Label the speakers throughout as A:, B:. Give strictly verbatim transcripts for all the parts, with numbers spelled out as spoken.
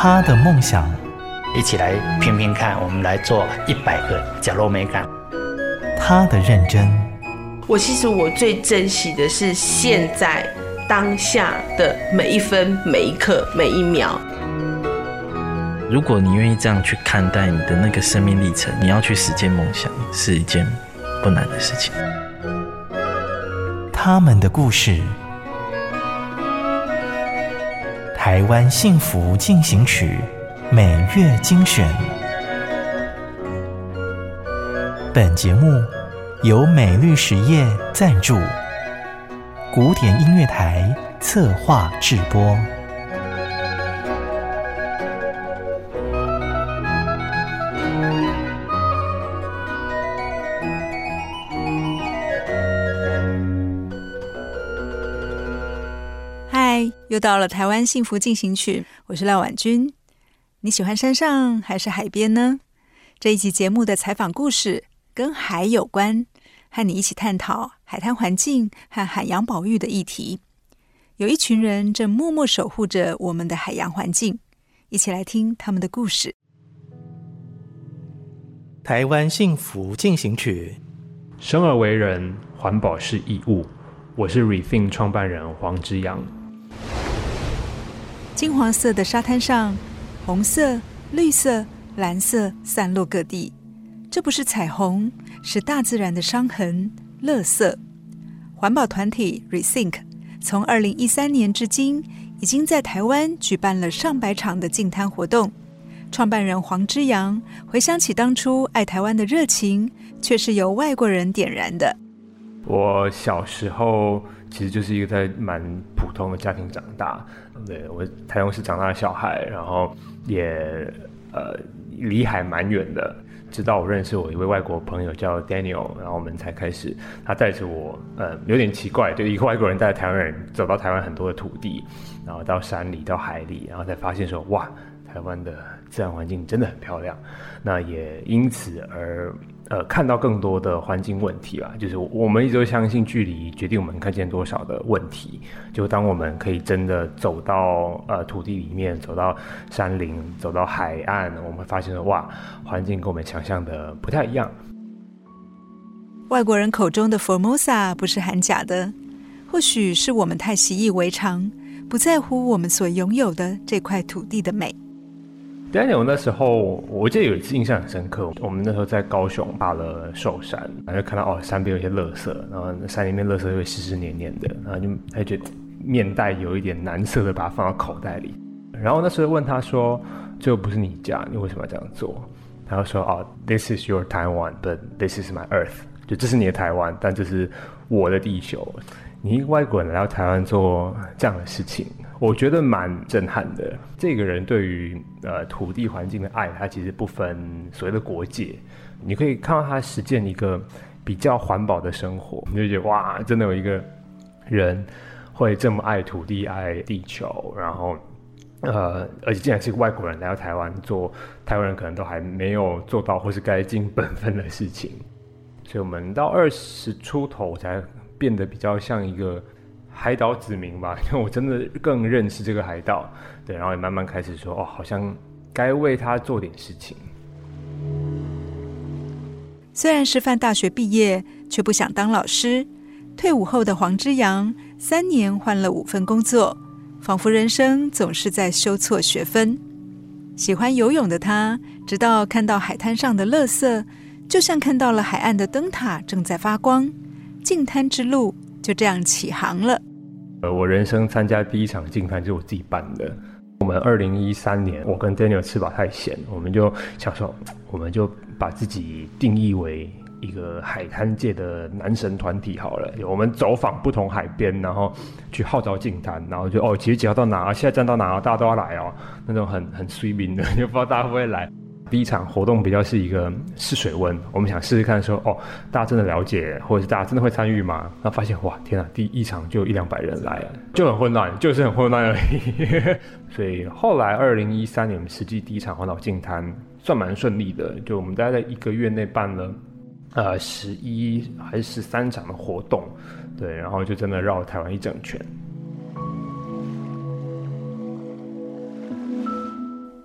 A: 他的梦想，
B: 一起来拼拼看，我们来做一百个角落美感。
A: 他的认真，
C: 我其实我最珍惜的是现在当下的每一分每一刻每一秒。
D: 如果你愿意这样去看待你的那个生命历程，你要去实践梦想是一件不难的事情。
A: 他们的故事，台湾幸福进行曲每月精选。本节目由美律实业赞助，古典音乐台策划制播。
E: 嗨，又到了台湾幸福进行曲，我是廖婉君。你喜欢山上还是海边呢？这一集节目的采访故事跟海有关，和你一起探讨海滩环境和海洋保育的议题。有一群人正默默守护着我们的海洋环境，一起来听他们的故事。
A: 台湾幸福进行曲，
F: 生而为人，环保是义务。我是 Rethink 创办人黄之阳。
E: 金黄色的沙滩上，红色、绿色、蓝色散落各地，这不是彩虹，是大自然的伤痕、垃圾。环保团体 Rethink 从二零一三年至今，已经在台湾举办了上百场的净滩活动。创办人黄之阳回想起当初爱台湾的热情，却是由外国人点燃的。
F: 我小时候其实就是一个在蛮普通的家庭长大，对，我台中市长大的小孩，然后也呃离海蛮远的。直到我认识我一位外国朋友叫 Daniel， 然后我们才开始，他带着我，呃，有点奇怪，就一个外国人带着台湾人走到台湾很多的土地，然后到山里、到海里，然后才发现说，哇，台湾的自然环境真的很漂亮。那也因此而呃看到更多的环境问题吧，就是我们一直都相信距离决定我们看见多少的问题。就当我们可以真的走到呃土地里面，走到山林，走到海岸，我们会发现说，哇，环境跟我们想象的不太一样。
E: 外国人口中的 Formosa 不是喊假的，或许是我们太习以为常，不在乎我们所拥有的这块土地的美。
F: Daniel 那时候，我记得有一次印象很深刻，我们那时候在高雄爬了寿山，然后就看到哦山边有一些垃圾，然后山里面垃圾会湿湿黏黏的，然后就他就觉得面带有一点难色的把它放到口袋里，然后那时候问他说，这不是你家，你为什么要这样做？他就说哦 This is your Taiwan, but this is my Earth， 就这是你的台湾，但这是我的地球。你一个外国人来到台湾做这样的事情，我觉得蛮震撼的。这个人对于呃土地环境的爱，他其实不分所谓的国界，你可以看到他实践一个比较环保的生活，你就觉得哇，真的有一个人会这么爱土地、爱地球，然后呃，而且竟然是个外国人来到台湾做台湾人可能都还没有做到或是该尽本分的事情。所以我们到二十出头才变得比较像一个海岛子民吧，因为我真的更认识这个海岛，对，然后也慢慢开始说，哦，好像该为他做点事情。
E: 虽然师范大学毕业，却不想当老师。退伍后的黄之阳，三年换了五份工作，仿佛人生总是在修错学分。喜欢游泳的他，直到看到海滩上的垃圾，就像看到了海岸的灯塔正在发光，净滩之路就这样起航了。
F: 呃，我人生参加第一场净滩就是我自己办的。我们二零一三年，我跟 Daniel 吃饱太闲，我们就想说，我们就把自己定义为一个海滩界的男神团体好了。我们走访不同海边，然后去号召净滩，然后就哦，几月几号到哪，现在站到哪，大家都要来哦，那种很很随便的，就不知道大家会不会来。第一场活动比较是一个试水温，我们想试试看说，哦，大家真的了解，或者是大家真的会参与吗？然后发现，哇，天啊，第一场就一两百人来了，就很混乱，就是很混乱而已。所以后来二零一三年我们实际第一场环岛净滩算蛮顺利的，就我们大概在一个月内办了呃十一还是十三场的活动，对，然后就真的绕台湾一整圈。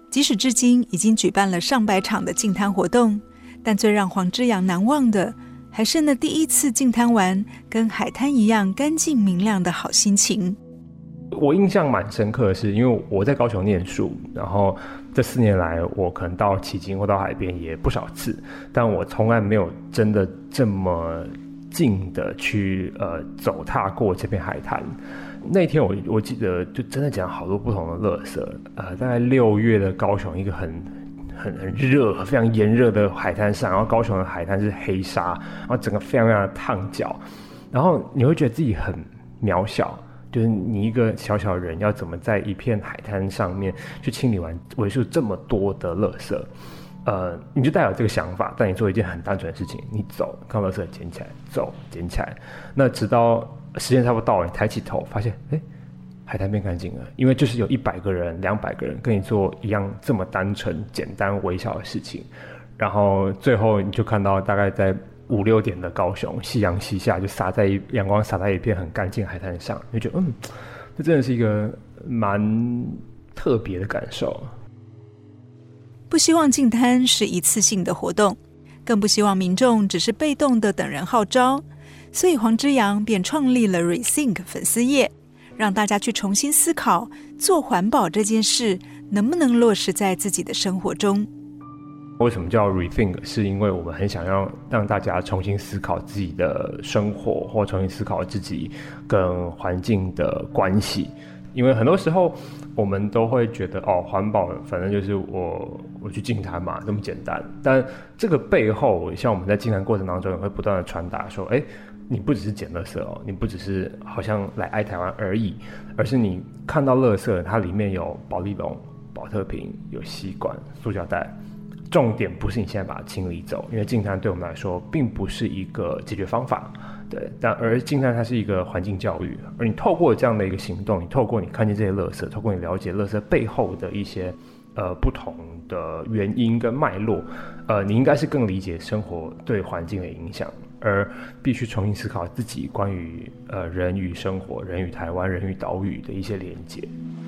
E: 即使至今已经举办了上百场的净滩活动，但最让黄之阳难忘的，还是那第一次净滩玩跟海滩一样干净明亮的好心情。
F: 我印象蛮深刻的是，因为我在高雄念书，然后这四年来我可能到旗津或到海边也不少次，但我从来没有真的这么近的去呃走踏过这片海滩。那天我我记得就真的讲好多不同的垃圾，呃，大概六月的高雄一个很很很热、非常炎热的海滩上，然后高雄的海滩是黑沙，然后整个非常非常的烫脚，然后你会觉得自己很渺小，就是你一个小小人要怎么在一片海滩上面去清理完为数这么多的垃圾。呃，你就带有这个想法，但你做一件很单纯的事情，你走，看垃圾捡起来，走，捡起来。那直到时间差不多到了，你抬起头，发现，哎，海滩变干净了，因为就是有一百个人、两百个人跟你做一样这么单纯、简单、微小的事情，然后最后你就看到大概在五六点的高雄，夕阳西下，就洒在一阳光洒在一片很干净的海滩上，你就觉得，嗯，这真的是一个蛮特别的感受。
E: 不希望净滩是一次性的活动，更不希望民众只是被动的等人号召，所以黄之阳便创立了 Rethink 粉丝页，让大家去重新思考做环保这件事能不能落实在自己的生活中。
F: 为什么叫 Rethink？ 是因为我们很想要让大家重新思考自己的生活，或重新思考自己跟环境的关系。因为很多时候我们都会觉得哦，环保反正就是我我去净滩嘛，这么简单。但这个背后，像我们在净滩过程当中也会不断的传达说，哎，你不只是捡垃圾哦，你不只是好像来爱台湾而已，而是你看到垃圾，它里面有保丽龙、保特瓶、有吸管、塑胶袋。重点不是你现在把它清理走，因为净滩对我们来说并不是一个解决方法，对，但而净滩它是一个环境教育，而你透过这样的一个行动，你透过你看见这些垃圾，透过你了解垃圾背后的一些呃不同的原因跟脉络，呃，你应该是更理解生活对环境的影响，而必须重新思考自己关于呃人与生活、人与台湾、人与岛屿的一些连结。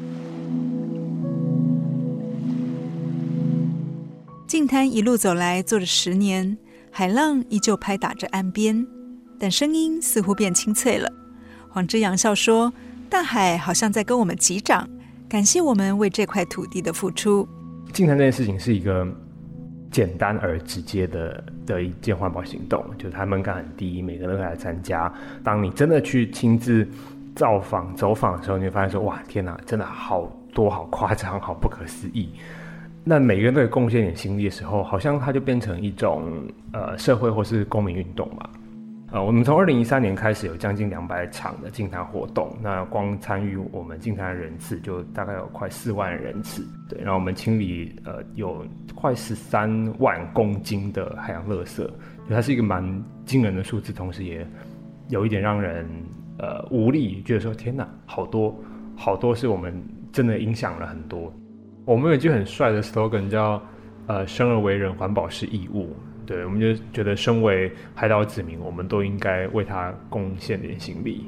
E: 净滩一路走来做了十年，海浪依旧拍打着岸边，但声音似乎变清脆了。黄之阳笑说，大海好像在跟我们击掌，感谢我们为这块土地的付出。
F: 净滩这件事情是一个简单而直接的的一件环保行动，就是它门槛很低，每个人都可以来参加。当你真的去亲自造访走访的时候，你会发现说，哇，天哪，真的好多，好夸张，好不可思议。那每个人都有贡献点心力的时候，好像它就变成一种呃社会或是公民运动嘛。呃，我们从二零一三年开始有将近两百场的净滩活动，那光参与我们净滩的人次就大概有快四万人次，对，然后我们清理呃有快十三万公斤的海洋垃圾，就它是一个蛮惊人的数字，同时也有一点让人呃无力，觉得说天哪，好多好多是我们真的影响了很多。我们有一句很帅的 slogan 叫呃生而为人，环保是义务。对，我们就觉得身为海岛子民，我们都应该为它贡献点心力。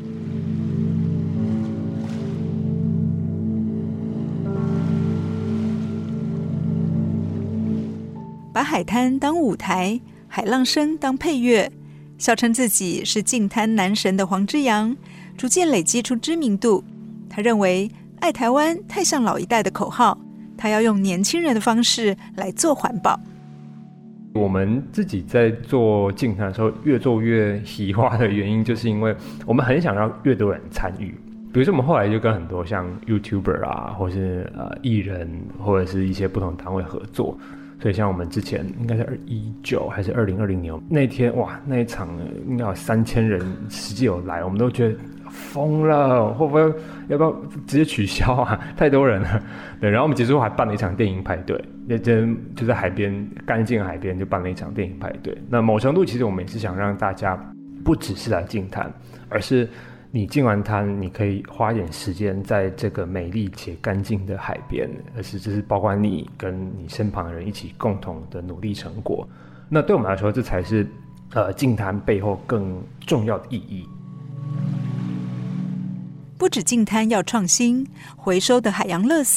E: 把海滩当舞台，海浪声当配乐，笑称自己是净滩男神的黄之阳，逐渐累积出知名度。他认为爱台湾太像老一代的口号，他要用年轻人的方式来做环保。
F: 我们自己在做净滩的时候越做越细化的原因，就是因为我们很想让越多人参与。比如说我们后来就跟很多像 YouTuber 啊，或是呃艺人，或者是一些不同单位合作。所以像我们之前应该是二零一九还是二零二零年那天，哇，那一场应该有三千人实际有来，我们都觉得疯了，会不会要不要直接取消啊？太多人了。对，然后我们结束后还办了一场电影派对，那天就在海边，干净的海边就办了一场电影派对。那某程度其实我们也是想让大家不只是来净滩，而是你净完滩，你可以花一点时间在这个美丽且干净的海边，而是这是包括你跟你身旁的人一起共同的努力成果。那对我们来说，这才是呃净滩背后更重要的意义。
E: 不止净滩要创新，回收的海洋垃圾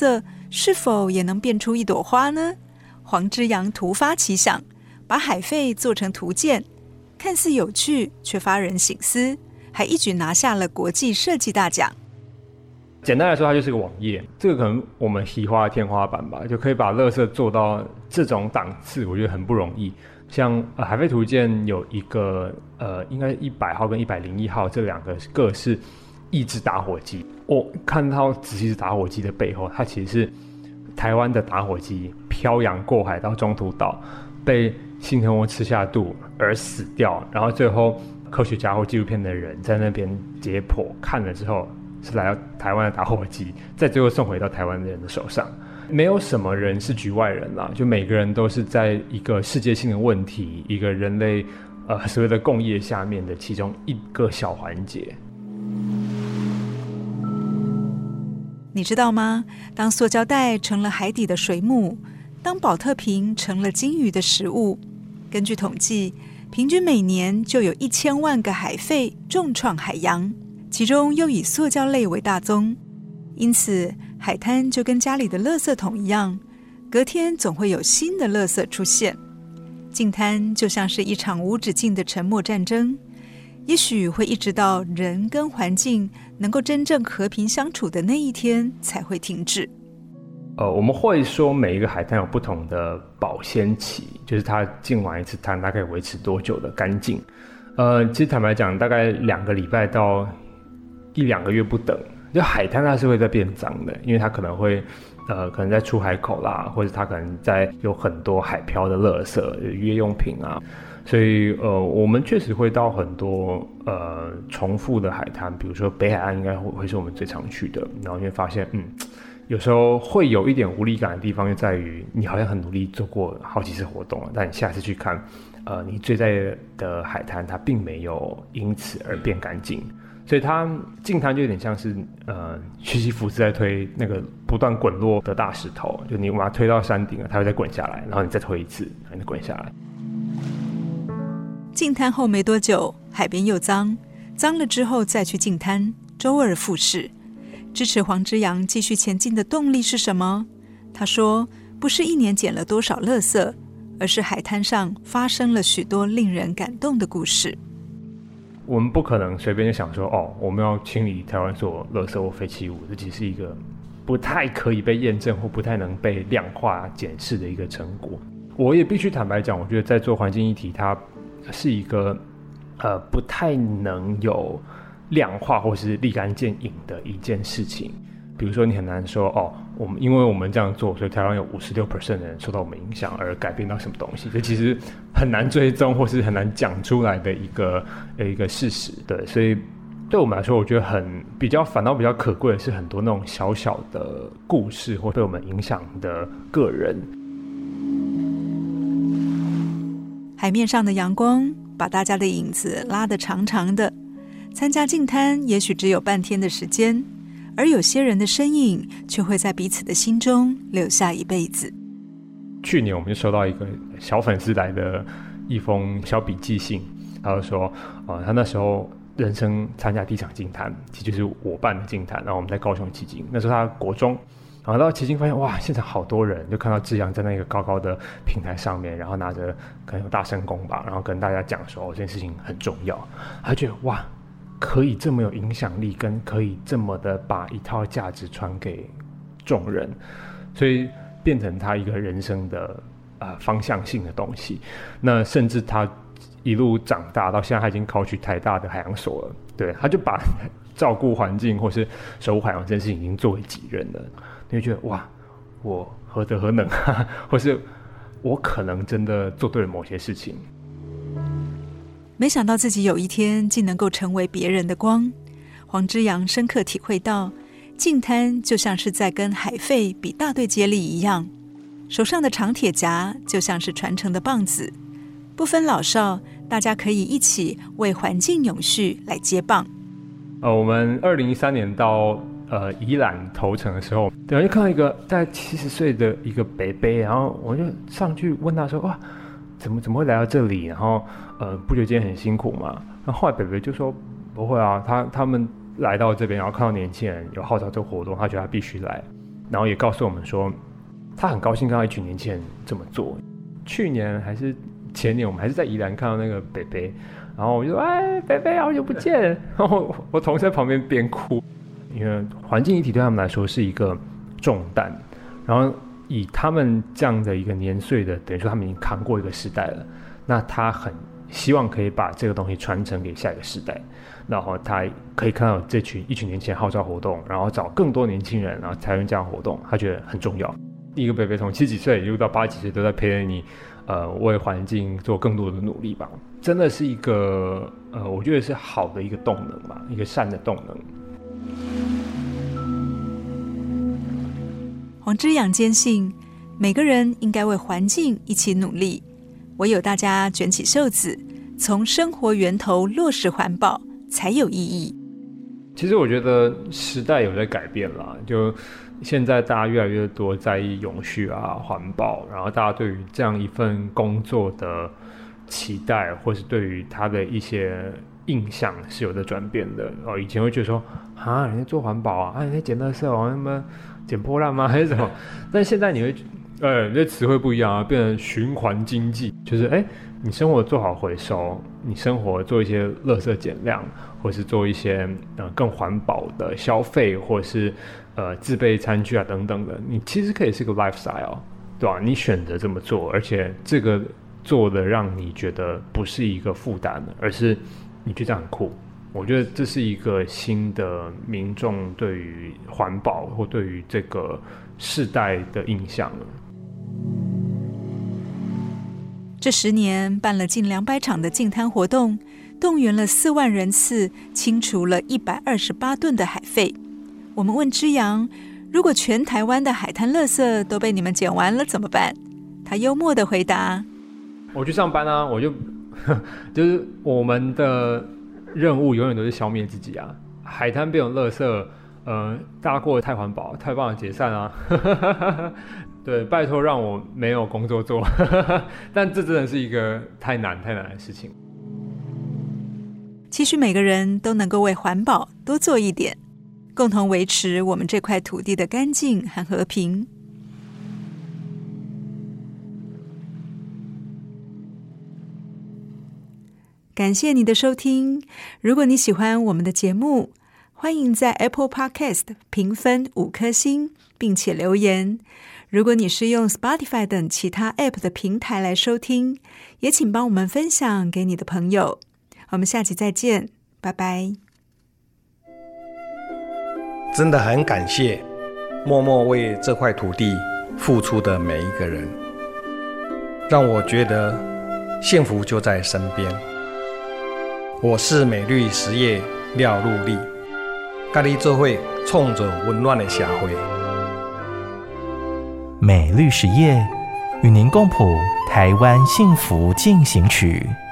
E: 是否也能变出一朵花呢？黄之阳突发奇想，把海废做成图鉴，看似有趣，却发人省思，还一举拿下了国际设计大奖。
F: 简单来说，它就是个网页，这个可能我们喜欢的天花板吧，就可以把垃圾做到这种档次，我觉得很不容易。像、呃、海废图鉴有一个呃，应该一百号跟一百零一号这两个各是抑制打火机。我看到仔细是打火机的背后，它其实是台湾的打火机漂洋过海到中途岛，被信天翁吃下肚而死掉，然后最后科学家或纪录片的人在那边解剖看了之后，是来到台湾的打火机，再最后送回到台湾人的手上。没有什么人是局外人啦，就每个人都是在一个世界性的问题，一个人类呃所谓的共业下面的其中一个小环节。
E: 你知道吗？当塑胶袋成了海底的水母，当保特瓶成了鲸鱼的食物，根据统计，平均每年就有一千万个海废重创海洋，其中又以塑胶类为大宗。因此海滩就跟家里的垃圾桶一样，隔天总会有新的垃圾出现。净滩就像是一场无止境的沉默战争，也许会一直到人跟环境能够真正和平相处的那一天才会停止。
F: 呃，我们会说每一个海滩有不同的保鲜期，就是它净完一次滩大概维持多久的干净。呃，其实坦白讲，大概两个礼拜到一两个月不等。就海滩它是会在变脏的，因为它可能会呃可能在出海口啦，或者它可能在有很多海漂的垃圾、渔业用品啊，所以呃我们确实会到很多呃重复的海滩，比如说北海岸应该会会是我们最常去的，然后你会发现嗯有时候会有一点无力感的地方就在于你好像很努力做过好几次活动了，但你下次去看呃你最在的海滩它并没有因此而变干净。所以它净滩就有点像是呃西西弗斯在推那个不断滚落的大石头，就你把它推到山顶了，它会再滚下来，然后你再推一次，然后你再滚下来。
E: 净滩后没多久，海边又脏，脏了之后再去净滩，周而复始。支持黄之阳继续前进的动力是什么？他说，不是一年捡了多少垃圾，而是海滩上发生了许多令人感动的故事。
F: 我们不可能随便就想说，哦，我们要清理台湾所有垃圾或废弃物，这其实是一个不太可以被验证或不太能被量化检视的一个成果。我也必须坦白讲，我觉得在做环境议题，它是一个呃不太能有量化或是立竿见影的一件事情。比如说，你很难说哦，我们因为我们这样做，所以台湾有 百分之五十六 的人受到我们影响而改变到什么东西，这其实很难追踪或是很难讲出来的一个一个事实。对，所以对我们来说，我觉得很比较反倒比较可贵的是很多那种小小的故事或被我们影响的个人。
E: 海面上的阳光把大家的影子拉得长长的，参加净滩也许只有半天的时间，而有些人的身影却会在彼此的心中留下一辈子。
F: 去年我们就收到一个小粉丝来的一封小笔记信，他就说、呃、他那时候人生参加第一场净滩，其实就是我办的净滩，然后我们在高雄旗津，那时候他国中，然后到旗津发现哇，现场好多人，就看到志阳在那个高高的平台上面，然后拿着可能有大声公吧，然后跟大家讲说、哦、这件事情很重要，他觉得哇，可以这么有影响力，跟可以这么的把一套价值传给众人，所以变成他一个人生的、呃、方向性的东西。那甚至他一路长大到现在，他已经考取台大的海洋所了。对，他就把照顾环境或是守护海洋这件事情已经作为己任了。你会觉得哇，我何德何能啊？或是我可能真的做对了某些事情。
E: 没想到自己有一天竟能够成为别人的光。黄之阳深刻体会到，净滩就像是在跟海废比大队接力一样，手上的长铁夹就像是传承的棒子，不分老少，大家可以一起为环境永续来接棒。
F: 呃，我们二零一三年到呃宜兰头城的时候，对，就看到一个大概七十岁的一个伯伯，然后我就上去问他说：“哇，怎么怎么会来到这里？然后呃，不觉得今天很辛苦吗？”然后后来伯伯就说：“不会啊，他他们来到这边，然后看到年轻人有号召这个活动，他觉得他必须来。” 然后也告诉我们说，他很高兴看到一群年轻人这么做。去年还是前年，我们还是在宜兰看到那个北北，然后我就说：“哎，北北好久不见。”然后我同事在旁边边哭，因为环境议题对他们来说是一个重担，然后以他们这样的一个年岁的，等于说他们已经扛过一个时代了，那他很希望可以把这个东西传承给下一个时代，然后他可以看到这群一群年轻人号召活动，然后找更多年轻人，然后参与这样活动，他觉得很重要。一个北北从七几岁一路到八几岁都在陪着你，呃，为环境做更多的努力吧，真的是一个呃，我觉得是好的一个动能吧，一个善的动能。
E: 黄之阳坚信，每个人应该为环境一起努力，唯有大家卷起袖子，从生活源头落实环保，才有意义。
F: 其实我觉得时代有在改变啦，就现在大家越来越多在意永续啊、环保，然后大家对于这样一份工作的期待，或是对于他的一些印象是有在转变的。哦，以前会觉得说，啊，你在做环保啊，啊，你在捡垃圾哦，那么捡破烂吗？还是什么？但现在你会，呃，这词汇不一样啊，变成循环经济，就是哎，你生活做好回收，你生活做一些垃圾减量，或是做一些呃更环保的消费，或是呃自备餐具啊等等的，你其实可以是个 lifestyle， 对吧？你选择这么做，而且这个做的让你觉得不是一个负担，而是你觉得这样很酷。我觉得这是一个新的民众对于环保或对于这个世代的印象了。
E: 这十年办了近两百场的净滩活动，动员了四万人次，清除了一百二十八吨的海废。我们问之阳，如果全台湾的海滩垃圾都被你们捡完了怎么办？他幽默地回答：
F: 我去上班啊，我就就是我们的任务永远都是消灭自己啊！海滩变成垃圾，呃，大家过得太环保，太棒了，解散啊！对，拜托让我没有工作做，但这真的是一个太难太难的事情。
E: 期许每个人都能够为环保多做一点，共同维持我们这块土地的干净和和平。感谢你的收听，如果你喜欢我们的节目，欢迎在 Apple Podcast 评分五颗星，并且留言。如果你是用 Spotify 等其他 App 的平台来收听，也请帮我们分享给你的朋友。我们下期再见，拜拜。
G: 真的很感谢默默为这块土地付出的每一个人，让我觉得幸福就在身边。我是美绿实业廖陆力，跟你做伙创造温暖的社会。
A: 美绿实业与您共谱台湾幸福进行曲。